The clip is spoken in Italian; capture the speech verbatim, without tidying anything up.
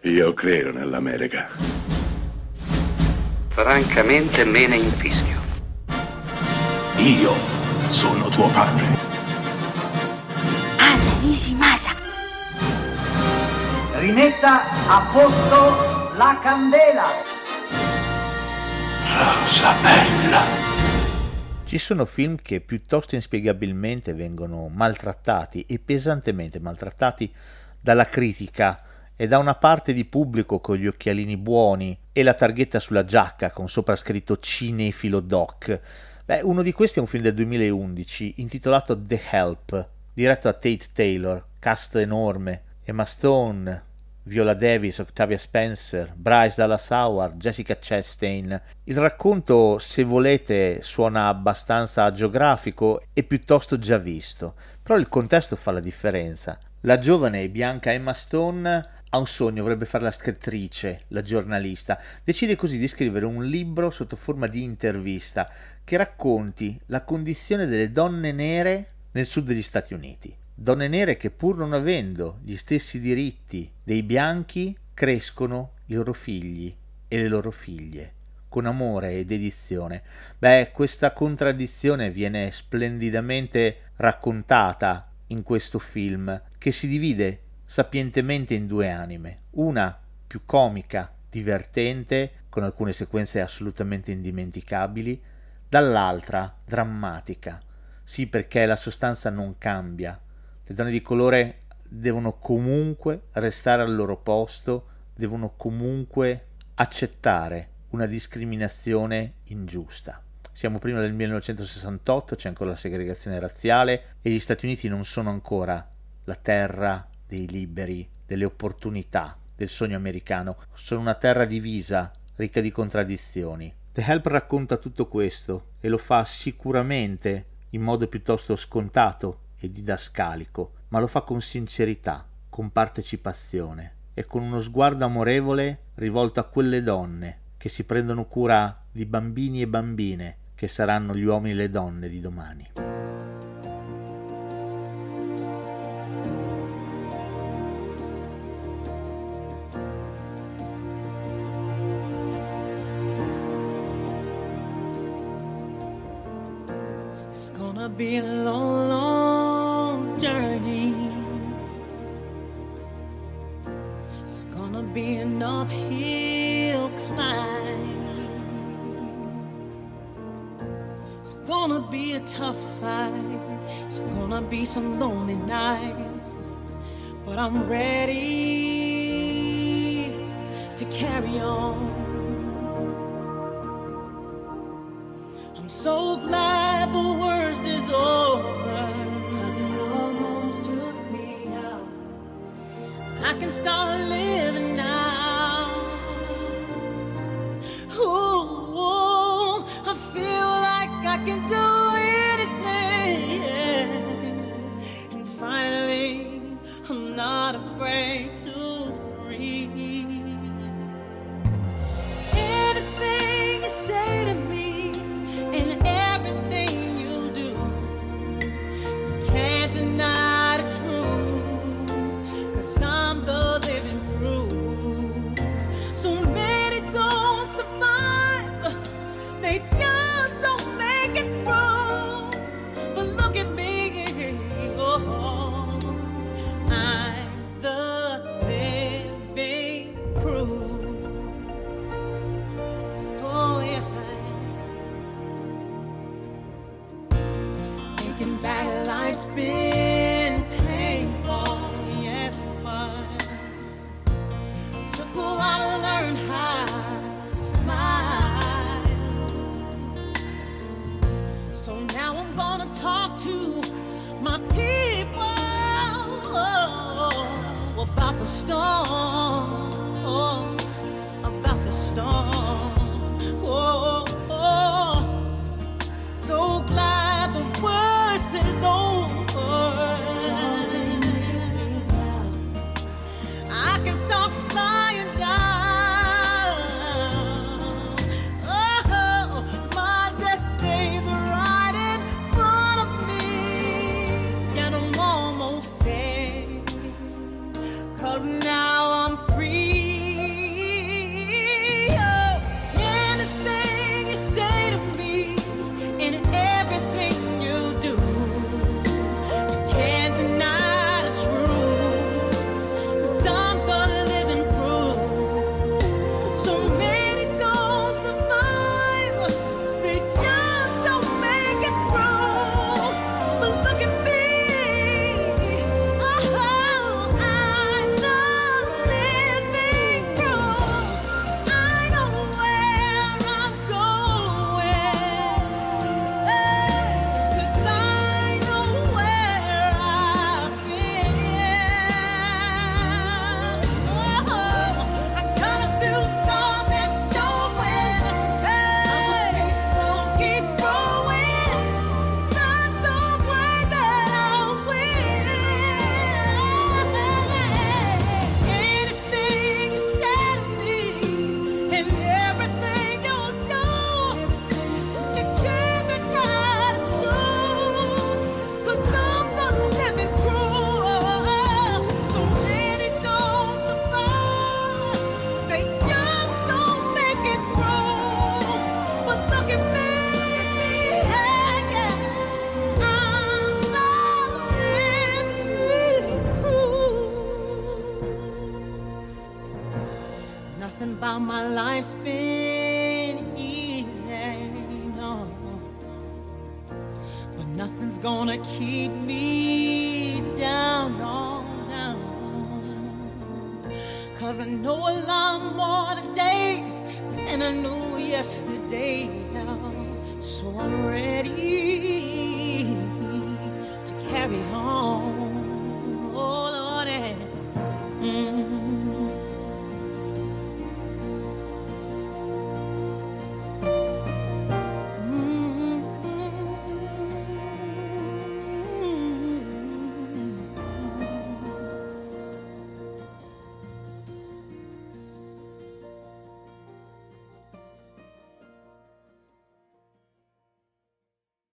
Io credo nell'America. Francamente me ne infischio. Io sono tuo padre. Anna Nishimasa. Rimetta a posto la candela. Rosa bella. Ci sono film che piuttosto inspiegabilmente vengono maltrattati e pesantemente maltrattati dalla critica e da una parte di pubblico con gli occhialini buoni e la targhetta sulla giacca con sopra scritto Cinefilo Doc. Beh, uno di questi è un film del duemilaundici intitolato The Help, diretto da Tate Taylor, cast enorme, Emma Stone, Viola Davis, Octavia Spencer, Bryce Dallas Howard, Jessica Chastain. Il racconto, se volete, suona abbastanza agiografico e piuttosto già visto, però il contesto fa la differenza. La giovane e bianca Emma Stone ha un sogno, vorrebbe fare la scrittrice, la giornalista. Decide così di scrivere un libro sotto forma di intervista che racconti la condizione delle donne nere nel sud degli Stati Uniti. Donne nere che, pur non avendo gli stessi diritti dei bianchi, crescono i loro figli e le loro figlie con amore e dedizione. Beh, questa contraddizione viene splendidamente raccontata in questo film, che si divide sapientemente in due anime, una più comica, divertente, con alcune sequenze assolutamente indimenticabili, dall'altra drammatica. Sì, perché la sostanza non cambia. Le donne di colore devono comunque restare al loro posto, devono comunque accettare una discriminazione ingiusta. Siamo prima del millenovecentosessantotto, c'è ancora la segregazione razziale e gli Stati Uniti non sono ancora la terra dei liberi, delle opportunità, del sogno americano. Sono una terra divisa, ricca di contraddizioni. The Help racconta tutto questo e lo fa sicuramente in modo piuttosto scontato e didascalico, ma lo fa con sincerità, con partecipazione e con uno sguardo amorevole rivolto a quelle donne che si prendono cura di bambini e bambine che saranno gli uomini e le donne di domani. It's gonna be a long, long journey. It's gonna be an uphill climb. It's gonna be a tough fight. It's gonna be some lonely nights. But I'm ready to carry on. I'm so glad the worst is over, 'cause it almost took me out. I can start living now. Ooh, I feel like I can do anything. And finally, I'm not afraid to breathe. Anything you say to me, in everything you do, you can't deny the truth, 'cause I'm the living proof. So many don't survive, they just don't make it through. But look at me, oh, I'm the living proof. Oh yes I am. Thinking back, life's been painful, yes it was. Took a while to learn how to smile. So now I'm gonna talk to my people about the storm, about the storm. Oh, oh. So glad the worst is over. I can stop flying down. Oh, my destiny's right in front of me, and I'm almost there. 'Cause now I'm free. nothing about my life's been easy, no. But nothing's gonna keep me down, no, down. 'Cause I know a lot more today than I knew yesterday. So I'm ready to carry on.